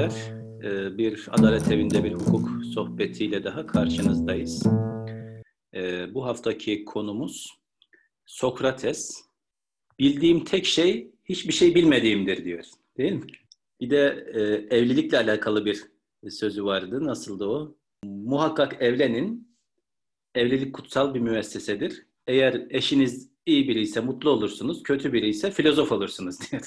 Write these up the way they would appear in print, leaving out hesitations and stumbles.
dinleyiciler. Bir Adalet Evi'nde bir hukuk sohbetiyle daha karşınızdayız. Bu haftaki konumuz Sokrates. Bildiğim tek şey hiçbir şey bilmediğimdir diyor. Değil mi? Bir de evlilikle alakalı bir sözü vardı. Nasıldı o? Muhakkak evlenin. Evlilik kutsal bir müessesedir. Eğer eşiniz iyi biri ise mutlu olursunuz, kötü biri ise filozof olursunuz diyor.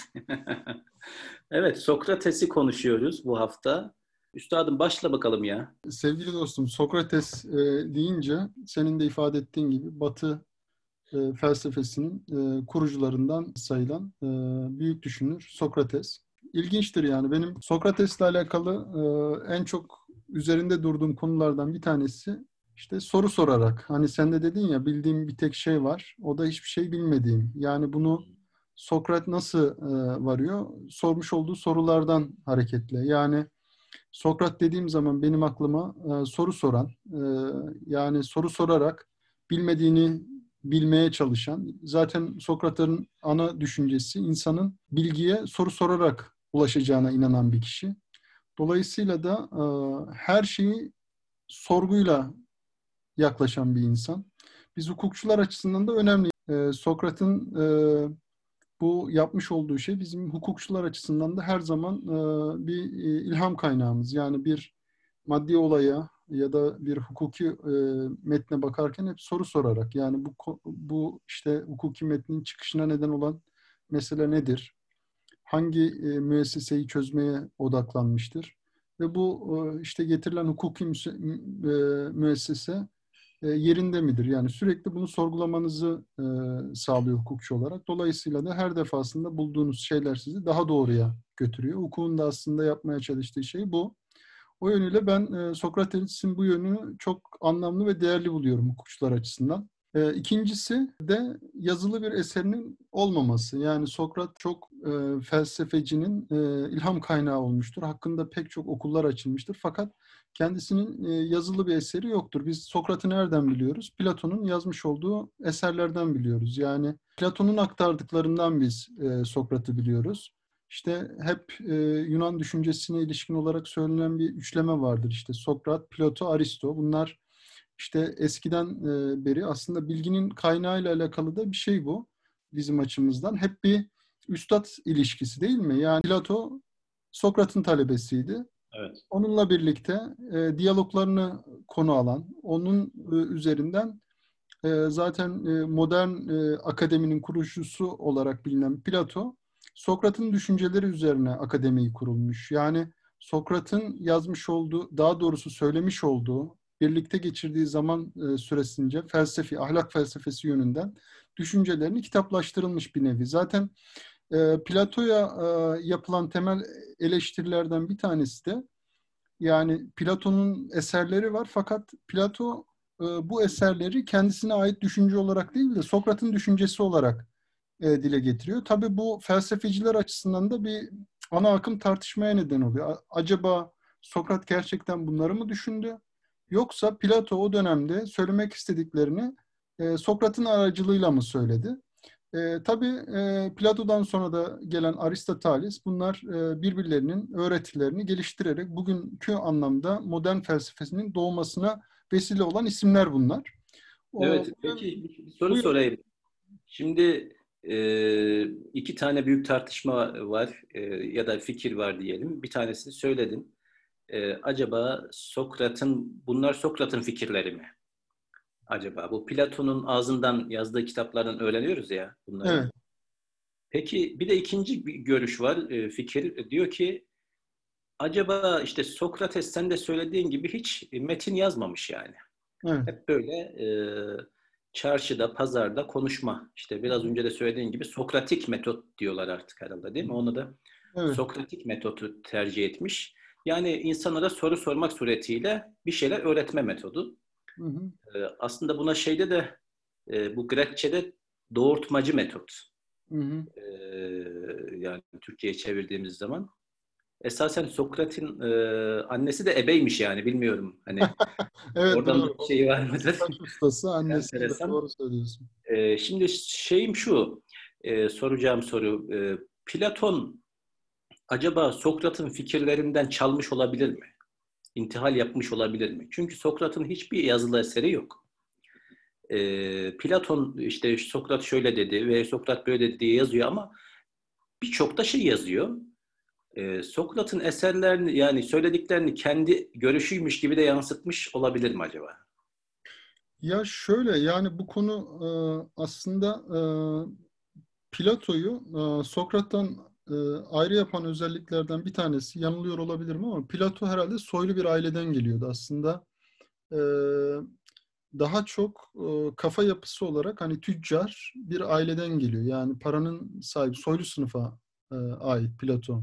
Evet, Sokrates'i konuşuyoruz bu hafta. Üstadım başla bakalım ya. Sevgili dostum, Sokrates deyince senin de ifade ettiğin gibi Batı felsefesinin kurucularından sayılan büyük düşünür Sokrates. İlginçtir yani. Benim Sokrates'le alakalı en çok üzerinde durduğum konulardan bir tanesi işte soru sorarak. Hani sen de dedin ya, bildiğim bir tek şey var. O da hiçbir şey bilmediğim. Yani bunu Sokrat nasıl varıyor? Sormuş olduğu sorulardan hareketle. Yani Sokrat dediğim zaman benim aklıma soru soran, yani soru sorarak bilmediğini bilmeye çalışan, zaten Sokrat'ın ana düşüncesi insanın bilgiye soru sorarak ulaşacağına inanan bir kişi. Dolayısıyla da her şeyi sorguyla yaklaşan bir insan. Biz hukukçular açısından da önemli. Sokrat'ın bu yapmış olduğu şey bizim hukukçular açısından da her zaman bir ilham kaynağımız. Yani bir maddi olaya ya da bir hukuki metne bakarken hep soru sorarak, yani bu işte hukuki metnin çıkışına neden olan mesele nedir? Hangi müesseseyi çözmeye odaklanmıştır? Ve bu işte getirilen hukuki müessese yerinde midir? Yani sürekli bunu sorgulamanızı sağlıyor hukukçu olarak. Dolayısıyla da her defasında bulduğunuz şeyler sizi daha doğruya götürüyor. Hukukun da aslında yapmaya çalıştığı şey bu. O yönüyle ben Sokrates'in bu yönünü çok anlamlı ve değerli buluyorum hukukçular açısından. İkincisi de yazılı bir eserinin olmaması. Yani Sokrat çok felsefecinin ilham kaynağı olmuştur. Hakkında pek çok okullar açılmıştır. Fakat kendisinin yazılı bir eseri yoktur. Biz Sokrat'ı nereden biliyoruz? Platon'un yazmış olduğu eserlerden biliyoruz. Yani Platon'un aktardıklarından biz Sokrat'ı biliyoruz. İşte hep Yunan düşüncesine ilişkin olarak söylenen bir üçleme vardır. İşte Sokrat, Plato, Aristo. Bunlar işte eskiden beri aslında bilginin kaynağıyla alakalı da bir şey bu bizim açımızdan. Hep bir üstad ilişkisi değil mi? Yani Plato Sokrat'ın talebesiydi. Evet. Onunla birlikte diyaloglarını konu alan, onun üzerinden zaten modern akademinin kurucusu olarak bilinen Plato, Sokrat'ın düşünceleri üzerine akademiyi kurulmuş. Yani Sokrat'ın yazmış olduğu, daha doğrusu söylemiş olduğu, birlikte geçirdiği zaman süresince felsefi, ahlak felsefesi yönünden düşüncelerini kitaplaştırılmış bir nevi. Zaten Plato'ya yapılan temel eleştirilerden bir tanesi de, yani Platon'un eserleri var fakat Plato bu eserleri kendisine ait düşünce olarak değil de Sokrat'ın düşüncesi olarak dile getiriyor. Tabii bu felsefeciler açısından da bir ana akım tartışmaya neden oluyor. Acaba Sokrat gerçekten bunları mı düşündü? Yoksa Plato o dönemde söylemek istediklerini Sokrat'ın aracılığıyla mı söyledi? Tabii Plato'dan sonra da gelen Aristoteles, bunlar birbirlerinin öğretilerini geliştirerek bugünkü anlamda modern felsefesinin doğmasına vesile olan isimler bunlar. Evet, peki bir soru Bu sorayım. Şimdi iki tane büyük tartışma var ya da fikir var diyelim. Bir tanesini söyledin. Acaba bunlar Sokrat'ın fikirleri mi? Acaba bu Platon'un ağzından yazdığı kitaplardan öğreniyoruz ya bunları. Evet, Peki bir de ikinci bir görüş var, fikir. Diyor ki acaba işte Sokrates sen de söylediğin gibi hiç metin yazmamış yani. evet. Hep böyle çarşıda, pazarda konuşma. İşte biraz önce de söylediğin gibi Sokratik metot diyorlar artık herhalde değil mi? Onu da Evet. Sokratik metodu tercih etmiş. Yani insanlara soru sormak suretiyle bir şeyler öğretme metodu. Hı hı. Aslında buna şeyde de bu Grekçe'de doğurtmacı metot. Hı hı. Yani Türkçe'ye çevirdiğimiz zaman. Esasen Sokrat'ın annesi de ebeymiş yani bilmiyorum. Hani Evet, oradan doğru. bir şey var mıdır? Saç ustası annesi. Evet, Enteresan. doğru söylüyorsun. Şimdi şeyim şu, soracağım soru. Platon acaba Sokrat'ın fikirlerinden çalmış olabilir mi? İntihal yapmış olabilir mi? Çünkü Sokrat'ın hiçbir yazılı eseri yok. Platon işte Sokrat şöyle dedi ve Sokrat böyle dedi diye yazıyor ama birçok da şey yazıyor. Sokrat'ın eserlerini yani söylediklerini kendi görüşüymüş gibi de yansıtmış olabilir mi acaba? Ya şöyle, yani bu konu aslında Plato'yu Sokrat'tan ayrı yapan özelliklerden bir tanesi, yanılıyor olabilirim ama Plato herhalde soylu bir aileden geliyordu aslında. E, Daha çok kafa yapısı olarak hani tüccar bir aileden geliyor. Yani paranın sahibi, soylu sınıfa ait Plato.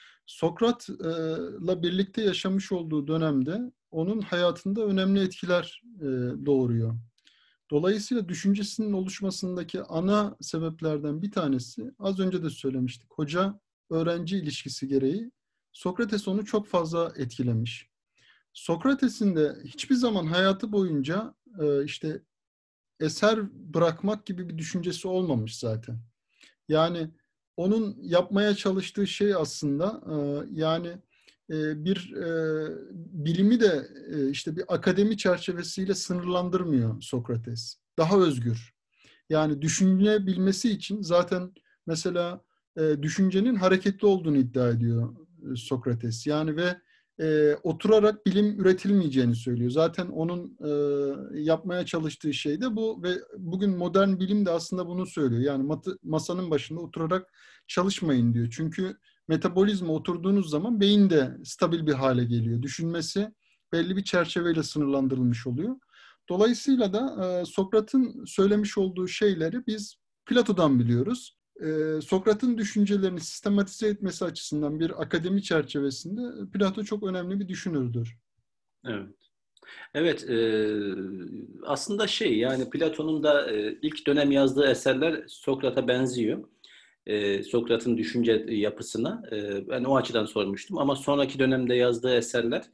Sokrat'la birlikte yaşamış olduğu dönemde onun hayatında önemli etkiler doğuruyor. Dolayısıyla düşüncesinin oluşmasındaki ana sebeplerden bir tanesi, az önce de söylemiştik, hoca-öğrenci ilişkisi gereği Sokrates onu çok fazla etkilemiş. Sokrates'in de hiçbir zaman hayatı boyunca işte eser bırakmak gibi bir düşüncesi olmamış zaten. Yani onun yapmaya çalıştığı şey aslında yani bir bilimi de işte bir akademi çerçevesiyle sınırlandırmıyor Sokrates. Daha özgür. Yani düşünebilmesi için zaten mesela düşüncenin hareketli olduğunu iddia ediyor Sokrates. Yani ve oturarak bilim üretilmeyeceğini söylüyor. Zaten onun yapmaya çalıştığı şey de bu ve bugün modern bilim de aslında bunu söylüyor. Yani masanın başında oturarak çalışmayın diyor. Çünkü metabolizma oturduğunuz zaman beyin de stabil bir hale geliyor. Düşünmesi belli bir çerçeveyle sınırlandırılmış oluyor. Dolayısıyla da Sokrat'ın söylemiş olduğu şeyleri biz Plato'dan biliyoruz. Sokrat'ın düşüncelerini sistematize etmesi açısından bir akademi çerçevesinde Plato çok önemli bir düşünürdür. Evet. Evet, aslında şey yani Platon'un da ilk dönem yazdığı eserler Sokrat'a benziyor. Sokrat'ın düşünce yapısına. Ben o açıdan sormuştum ama sonraki dönemde yazdığı eserler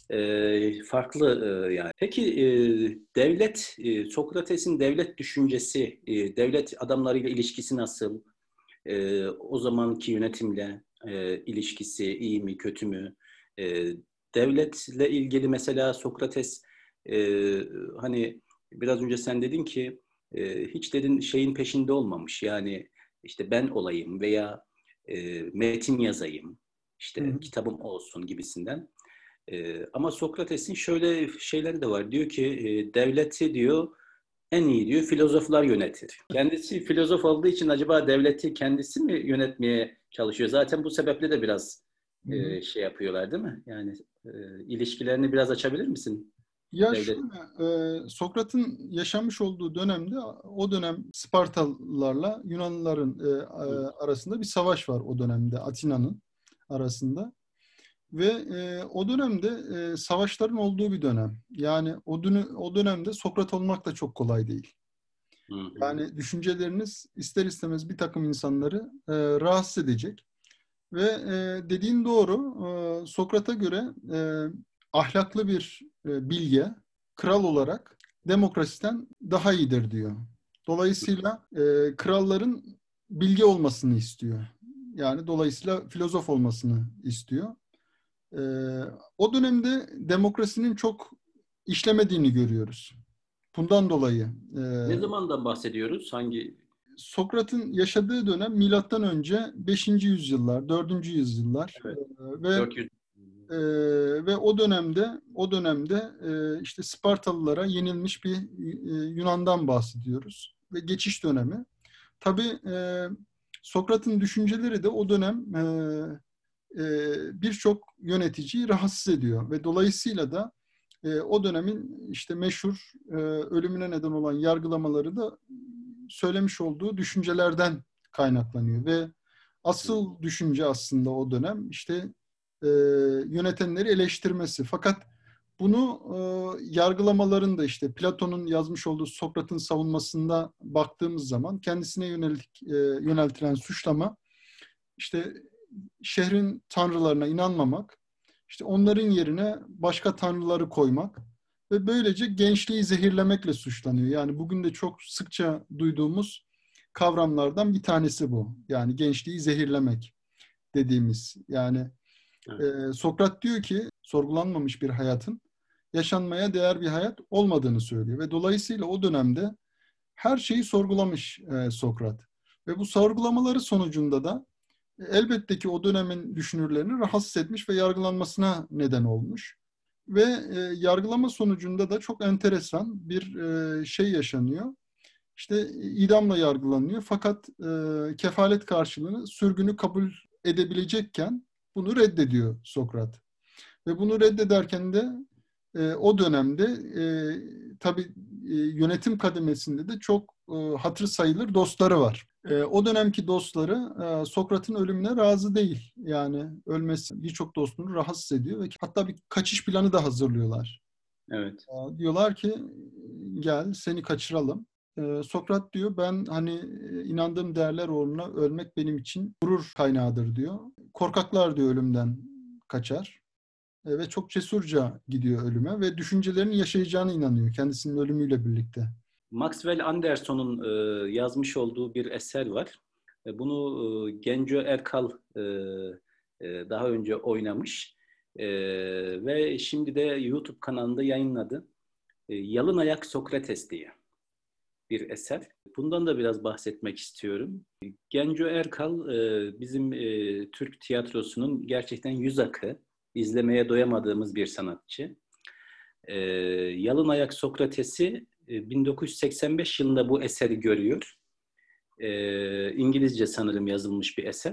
farklı yani. Peki devlet, Sokrates'in devlet düşüncesi, devlet adamlarıyla ilişkisi nasıl? O zamanki yönetimle ilişkisi iyi mi, kötü mü? E, Devletle ilgili mesela Sokrates hani biraz önce sen dedin ki hiç dedin şeyin peşinde olmamış. Yani işte ben olayım veya metin yazayım, Hı işte hı. kitabım olsun gibisinden. Ama Sokrates'in şöyle şeyleri de var. Diyor ki devleti diyor en iyi diyor filozoflar yönetir. Kendisi filozof olduğu için acaba devleti kendisi mi yönetmeye çalışıyor? Zaten bu sebeple de biraz Hı hı. şey yapıyorlar değil mi? Yani ilişkilerini biraz açabilir misin? Ya Devlet. şöyle, Sokrat'ın yaşamış olduğu dönemde o dönem Spartalılarla Yunanlıların Hı, arasında bir savaş var o dönemde Atina'nın arasında. Ve o dönemde savaşların olduğu bir dönem. Yani o dönemde Sokrat olmak da çok kolay değil. hı, hı, Yani düşünceleriniz ister istemez bir takım insanları rahatsız edecek. Ve dediğin doğru. Sokrat'a göre ahlaklı bir bilge, kral olarak demokrasiden daha iyidir diyor. Dolayısıyla kralların bilge olmasını istiyor. Yani dolayısıyla filozof olmasını istiyor. E, O dönemde demokrasinin çok işlemediğini görüyoruz. Bundan dolayı ne zamandan bahsediyoruz? Hangi? Sokrat'ın yaşadığı dönem milattan önce 5. yüzyıllar, 4. yüzyıllar Evet. ve 400. e, o dönemde işte Spartalılara yenilmiş bir Yunan'dan bahsediyoruz ve geçiş dönemi. Tabii Sokrat'ın düşünceleri de o dönem birçok yöneticiyi rahatsız ediyor ve dolayısıyla da o dönemin işte meşhur ölümüne neden olan yargılamaları da söylemiş olduğu düşüncelerden kaynaklanıyor ve asıl düşünce aslında o dönem işte yönetenleri eleştirmesi. Fakat bunu yargılamaların da işte Platon'un yazmış olduğu Sokrat'ın savunmasında baktığımız zaman kendisine yöneltilen suçlama işte şehrin tanrılarına inanmamak, işte onların yerine başka tanrıları koymak ve böylece gençliği zehirlemekle suçlanıyor. Yani bugün de çok sıkça duyduğumuz kavramlardan bir tanesi bu. Yani gençliği zehirlemek. dediğimiz. Yani Evet. Sokrat diyor ki sorgulanmamış bir hayatın yaşanmaya değer bir hayat olmadığını söylüyor. Ve dolayısıyla o dönemde her şeyi sorgulamış Sokrat. Ve bu sorgulamaları sonucunda da elbette ki o dönemin düşünürlerini rahatsız etmiş ve yargılanmasına neden olmuş. Ve yargılama sonucunda da çok enteresan bir şey yaşanıyor. İşte idamla yargılanıyor fakat kefalet karşılığını sürgünü kabul edebilecekken bunu reddediyor Sokrat. Ve bunu reddederken de o dönemde tabii yönetim kademesinde de çok hatırı sayılır dostları var. O dönemki dostları Sokrat'ın ölümüne razı değil. Yani ölmesi birçok dostunu rahatsız ediyor ve hatta bir kaçış planı da hazırlıyorlar. Evet. Diyorlar ki gel seni kaçıralım. Sokrat diyor ben hani inandığım değerler uğruna ölmek benim için gurur kaynağıdır diyor. Korkaklar diyor ölümden kaçar. Ve çok cesurca gidiyor ölüme ve düşüncelerini yaşayacağına inanıyor kendisinin ölümüyle birlikte. Maxwell Anderson'un yazmış olduğu bir eser var. Bunu Genco Erkal daha önce oynamış ve şimdi de YouTube kanalında yayınladı. Yalın Ayak Sokrates diye bir eser. Bundan da biraz bahsetmek istiyorum. Genco Erkal bizim Türk tiyatrosunun gerçekten yüz akı, izlemeye doyamadığımız bir sanatçı. Yalın Ayak Sokrates'i 1985 yılında bu eseri görüyor. İngilizce sanırım yazılmış bir eser.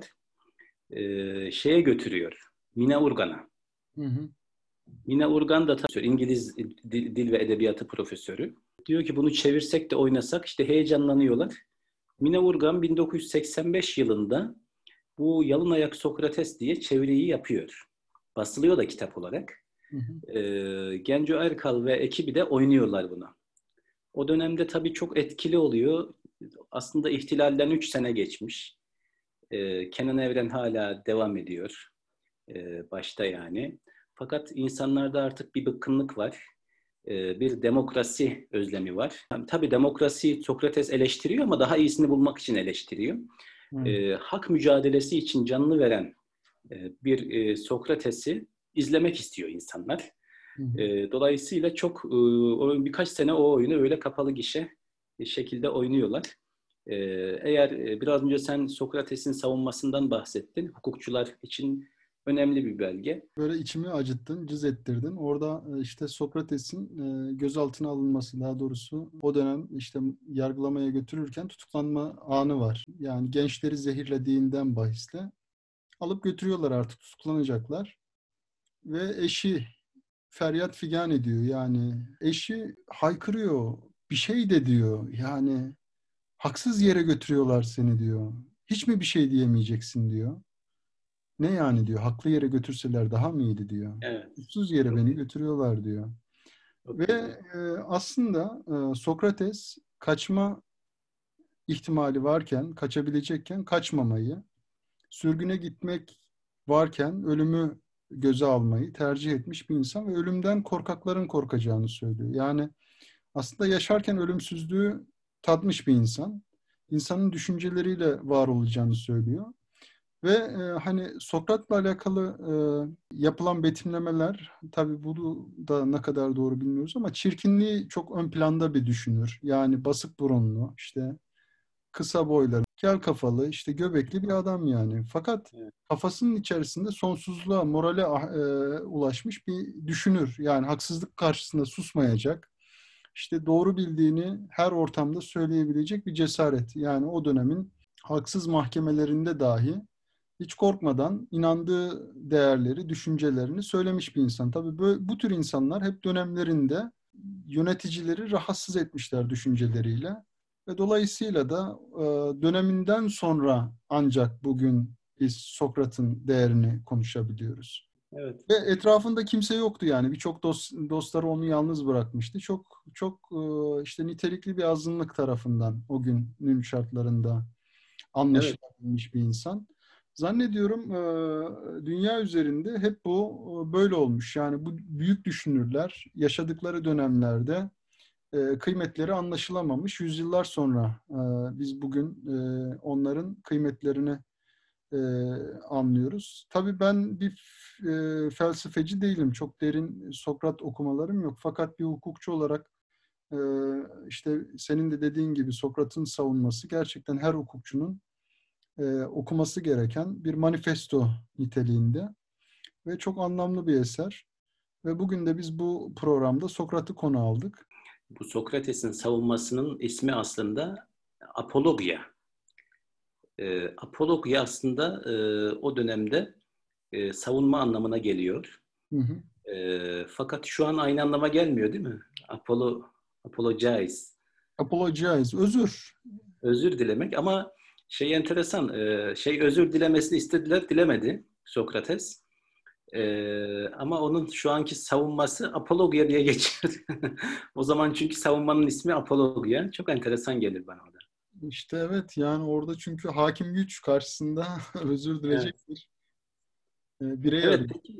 Şeye götürüyor, Mina Urgan'a. Hı hı. Mina Urgan da tabii İngiliz dil ve edebiyatı profesörü. Diyor ki bunu çevirsek de oynasak, işte heyecanlanıyorlar. Mina Urgan 1985 yılında bu Yalın Ayak Sokrates diye çeviriyi yapıyor. Basılıyor da kitap olarak. Hı hı. Genco Erkal ve ekibi de oynuyorlar bunu. O dönemde tabii çok etkili oluyor. Aslında ihtilalden 3 sene geçmiş. Kenan Evren hala devam ediyor. Başta yani. Fakat insanlarda artık bir bıkkınlık var. Bir demokrasi özlemi var. Tabii demokrasiyi Sokrates eleştiriyor ama daha iyisini bulmak için eleştiriyor. Hı Hak mücadelesi için canını veren bir Sokrates'i izlemek istiyor insanlar. hı. Dolayısıyla çok birkaç sene o oyunu öyle kapalı gişe şekilde oynuyorlar. Eğer biraz önce sen Sokrates'in savunmasından bahsettin. Hukukçular için önemli bir belge. Böyle içimi acıttın, cız ettirdin. Orada işte Sokrates'in gözaltına alınması, daha doğrusu o dönem işte yargılamaya götürürken tutuklanma anı var. Yani gençleri zehirlediğinden bahisle alıp götürüyorlar artık tutuklanacaklar. Ve eşi feryat figan ediyor. Yani eşi haykırıyor, bir şey de diyor. Yani haksız yere götürüyorlar seni diyor. Hiç mi bir şey diyemeyeceksin diyor. Ne yani diyor. Haklı yere götürseler daha mı iyiydi diyor. Evet. Suçsuz yere Çok, beni götürüyorlar diyor. Ve çok güzel. aslında Sokrates kaçma ihtimali varken, kaçabilecekken kaçmamayı, sürgüne gitmek varken ölümü göze almayı tercih etmiş bir insan ve ölümden korkakların korkacağını söylüyor. Yani aslında yaşarken ölümsüzlüğü tatmış bir insan. İnsanın düşünceleriyle var olacağını söylüyor. Ve hani Sokrat'la alakalı yapılan betimlemeler, tabii bu da ne kadar doğru bilmiyoruz ama çirkinliği çok ön planda bir düşünür. Yani basık burunlu, işte kısa boylu, kel kafalı, işte göbekli bir adam yani. Fakat Evet. kafasının içerisinde sonsuzluğa, morale ulaşmış bir düşünür. Yani haksızlık karşısında susmayacak. İşte doğru bildiğini her ortamda söyleyebilecek bir cesaret. Yani o dönemin haksız mahkemelerinde dahi hiç korkmadan inandığı değerleri, düşüncelerini söylemiş bir insan. Tabii bu tür insanlar hep dönemlerinde yöneticileri rahatsız etmişler düşünceleriyle. Ve dolayısıyla da döneminden sonra ancak bugün biz Sokrat'ın değerini konuşabiliyoruz. Evet. Ve etrafında kimse yoktu yani. Birçok dostları onu yalnız bırakmıştı. Çok çok işte nitelikli bir azınlık tarafından o günün şartlarında Evet. anlaşılabilmiş bir insan. Zannediyorum dünya üzerinde hep bu böyle olmuş. Yani bu büyük düşünürler yaşadıkları dönemlerde kıymetleri anlaşılamamış. Yüzyıllar sonra biz bugün onların kıymetlerini anlıyoruz. Tabii ben bir felsefeci değilim. Çok derin Sokrat okumalarım yok. Fakat bir hukukçu olarak e, işte senin de dediğin gibi Sokrat'ın savunması gerçekten her hukukçunun okuması gereken bir manifesto niteliğinde ve çok anlamlı bir eser. Ve bugün de biz bu programda Sokrat'ı konu aldık. Bu Sokrates'in savunmasının ismi aslında apologia. Apologia aslında o dönemde savunma anlamına geliyor. Hı hı. Fakat şu an aynı anlama gelmiyor değil mi? Apologize. Apologize, özür. Özür dilemek ama şey enteresan, özür dilemesini istediler, dilemedi Sokrates. Ama onun şu anki savunması apologia diye geçiyor. O zaman çünkü savunmanın ismi apologia. Çok enteresan gelir bana o da. İşte evet, yani orada çünkü hakim güç karşısında özür Evet. dileyecek bir birey Evet, arıyor. peki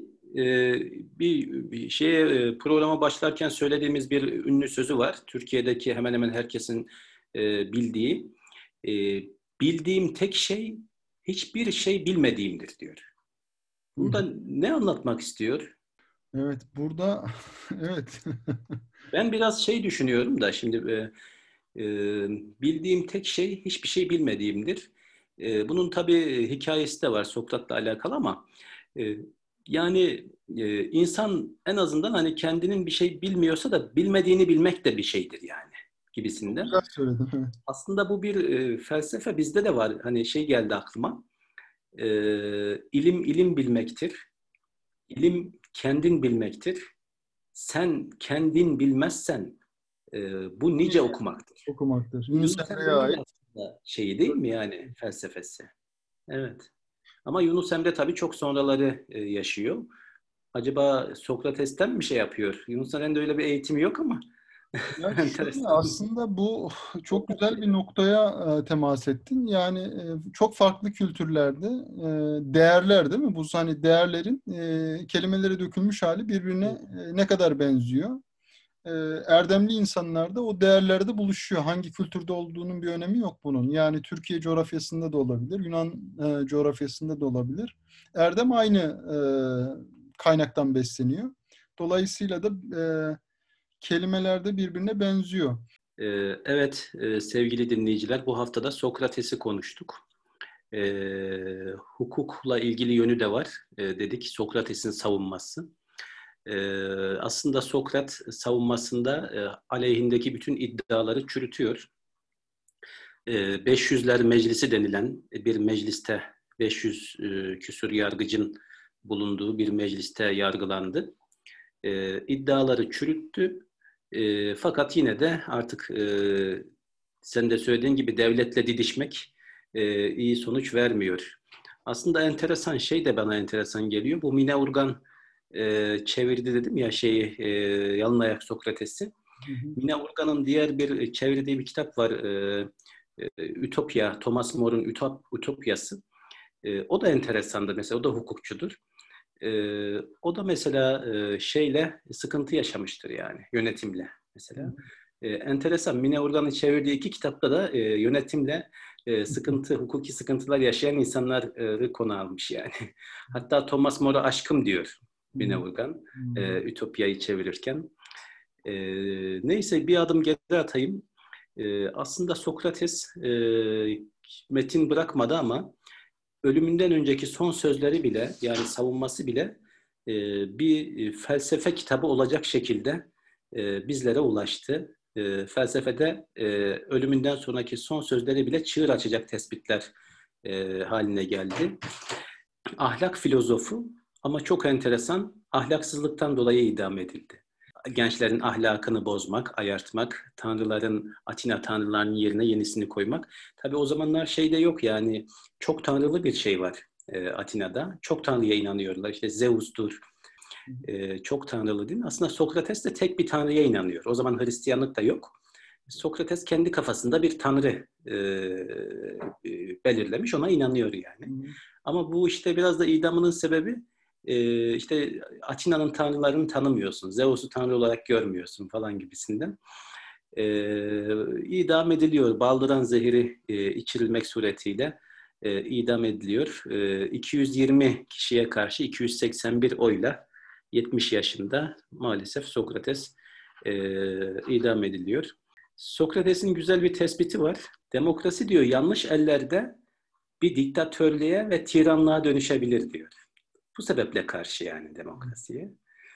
bir şeye programa başlarken söylediğimiz bir ünlü sözü var. Türkiye'deki hemen hemen herkesin bildiği. E, Bildiğim tek şey hiçbir şey bilmediğimdir diyor. Hı hı. Burada ne anlatmak istiyor? Evet, burada evet. Ben biraz şey düşünüyorum da şimdi e, bildiğim tek şey hiçbir şey bilmediğimdir. Bunun tabii hikayesi de var Sokrat'la alakalı ama e, yani insan en azından hani kendinin bir şey bilmiyorsa da bilmediğini bilmek de bir şeydir yani Çok gibisinden. güzel söyledin. Evet. Aslında bu bir felsefe bizde de var. Hani şey geldi aklıma. E, ilim bilmektir. İlim kendin bilmektir. Sen kendin bilmezsen bu nice Nice okumaktır. okumaktır. Bu Yunus Yunus Emre'ye Emre'nin de ait. aslında şeyi değil mi yani felsefesi? Evet. Ama Yunus Emre tabii çok sonraları yaşıyor. Acaba Sokrates'ten mi şey yapıyor? Yunus Emre'nin de öyle bir eğitimi yok ama Ya şöyle, enteresan. aslında bu çok güzel Sokrat bir noktaya temas ettin. Yani çok farklı kültürlerde değerler, değil mi? Bu hani değerlerin kelimelere dökülmüş hali birbirine ne kadar benziyor. E, Erdemli insanlar da o değerlerde buluşuyor. Hangi kültürde olduğunun bir önemi yok bunun. Yani Türkiye coğrafyasında da olabilir, Yunan coğrafyasında da olabilir. Erdem aynı kaynaktan besleniyor. Dolayısıyla da kelimelerde birbirine benziyor. Evet sevgili dinleyiciler bu haftada Sokrates'i konuştuk. Hukukla ilgili yönü de var dedik Sokrates'in savunması. Aslında Sokrat savunmasında aleyhindeki bütün iddiaları çürütüyor. 500'ler Meclisi denilen bir mecliste 500 küsur yargıcın bulunduğu bir mecliste yargılandı. İddiaları çürüttü. Fakat yine de artık sen de söylediğin gibi devletle didişmek iyi sonuç vermiyor. Aslında enteresan şey de bana enteresan geliyor. Bu Mine Urgan çevirdi dedim ya şeyi Yalın Ayak Sokrates'i. Hı hı. Mine Urgan'ın diğer bir çevirdiği bir kitap var. Ütopya, Thomas More'un Ütopyası. O da enteresandır. Mesela o da hukukçudur. O da mesela şeyle sıkıntı yaşamıştır yani yönetimle Hı mesela. Enteresan. Mine Urgan'ın çevirdiği iki kitapta da yönetimle hı. sıkıntı, hukuki sıkıntılar yaşayan insanları konu almış yani. Hatta Thomas More'a aşkım diyor Mine Urgan Ütopya'yı çevirirken. Neyse bir adım geri atayım. Aslında Sokrates metin bırakmadı ama ölümünden önceki son sözleri bile yani savunması bile bir felsefe kitabı olacak şekilde bizlere ulaştı. Felsefede ölümünden sonraki son sözleri bile çığır açacak tespitler haline geldi. Ahlak filozofu ama çok enteresan ahlaksızlıktan dolayı idam edildi. Gençlerin ahlakını bozmak, ayartmak, tanrıların, Atina tanrılarının yerine yenisini koymak. Tabii o zamanlar şey de yok yani çok tanrılı bir şey var Atina'da. Çok tanrıya inanıyorlar. İşte Zeus'tur, çok tanrılı din. Aslında Sokrates de tek bir tanrıya inanıyor. O zaman Hristiyanlık da yok. Sokrates kendi kafasında bir tanrı belirlemiş, ona inanıyor yani. Ama bu işte biraz da idamının sebebi işte Atina'nın tanrılarını tanımıyorsun, Zeus'u tanrı olarak görmüyorsun falan gibisinden. İdam ediliyor. Baldıran zehiri içirilmek suretiyle idam ediliyor. 220 kişiye karşı 281 oyla 70 yaşında maalesef Sokrates idam ediliyor. Sokrates'in güzel bir tespiti var. Demokrasi diyor yanlış ellerde bir diktatörlüğe ve tiranlığa dönüşebilir diyor. Bu sebeple karşı yani demokrasiye.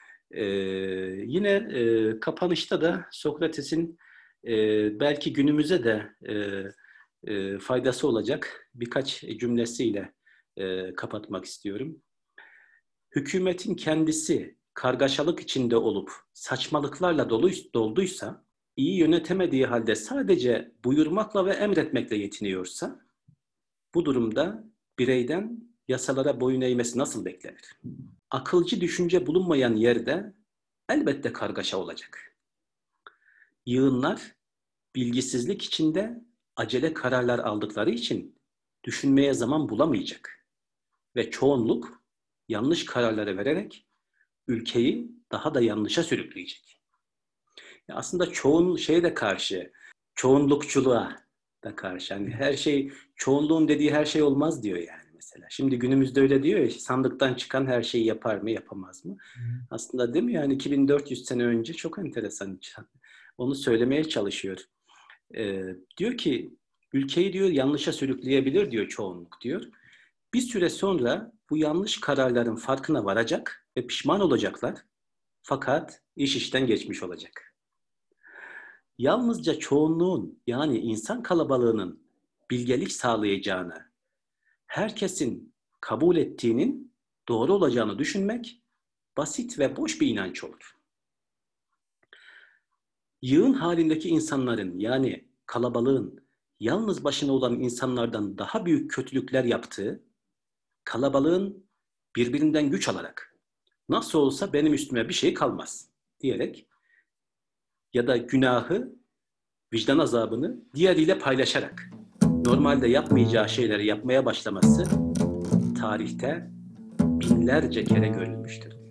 Yine kapanışta da Sokrates'in belki günümüze de faydası olacak birkaç cümlesiyle kapatmak istiyorum. Hükümetin kendisi kargaşalık içinde olup saçmalıklarla dolduysa, iyi yönetemediği halde sadece buyurmakla ve emretmekle yetiniyorsa, bu durumda bireyden yasalara boyun eğmesi nasıl beklenir? Akılcı düşünce bulunmayan yerde elbette kargaşa olacak. Yığınlar bilgisizlik içinde acele kararlar aldıkları için düşünmeye zaman bulamayacak. Ve çoğunluk yanlış kararları vererek ülkeyi daha da yanlışa sürükleyecek. Ya aslında şeye de karşı, çoğunlukçuluğa da karşı. Yani her şey, çoğunluğun dediği her şey olmaz diyor yani mesela. Şimdi günümüzde öyle diyor ya, sandıktan çıkan her şeyi yapar mı, yapamaz mı? Aslında değil mi yani 2400 sene önce çok enteresan. Onu söylemeye çalışıyor. Diyor ki ülkeyi diyor yanlışa sürükleyebilir diyor çoğunluk diyor. Bir süre sonra bu yanlış kararların farkına varacak ve pişman olacaklar. Fakat iş işten geçmiş olacak. Yalnızca çoğunluğun yani insan kalabalığının bilgelik sağlayacağını, herkesin kabul ettiğinin doğru olacağını düşünmek basit ve boş bir inanç olur. Yığın halindeki insanların yani kalabalığın yalnız başına olan insanlardan daha büyük kötülükler yaptığı, kalabalığın birbirinden güç alarak nasıl olsa benim üstüme bir şey kalmaz diyerek ya da günahı, vicdan azabını diğeriyle paylaşarak normalde yapmayacağı şeyleri yapmaya başlaması tarihte binlerce kere görülmüştür.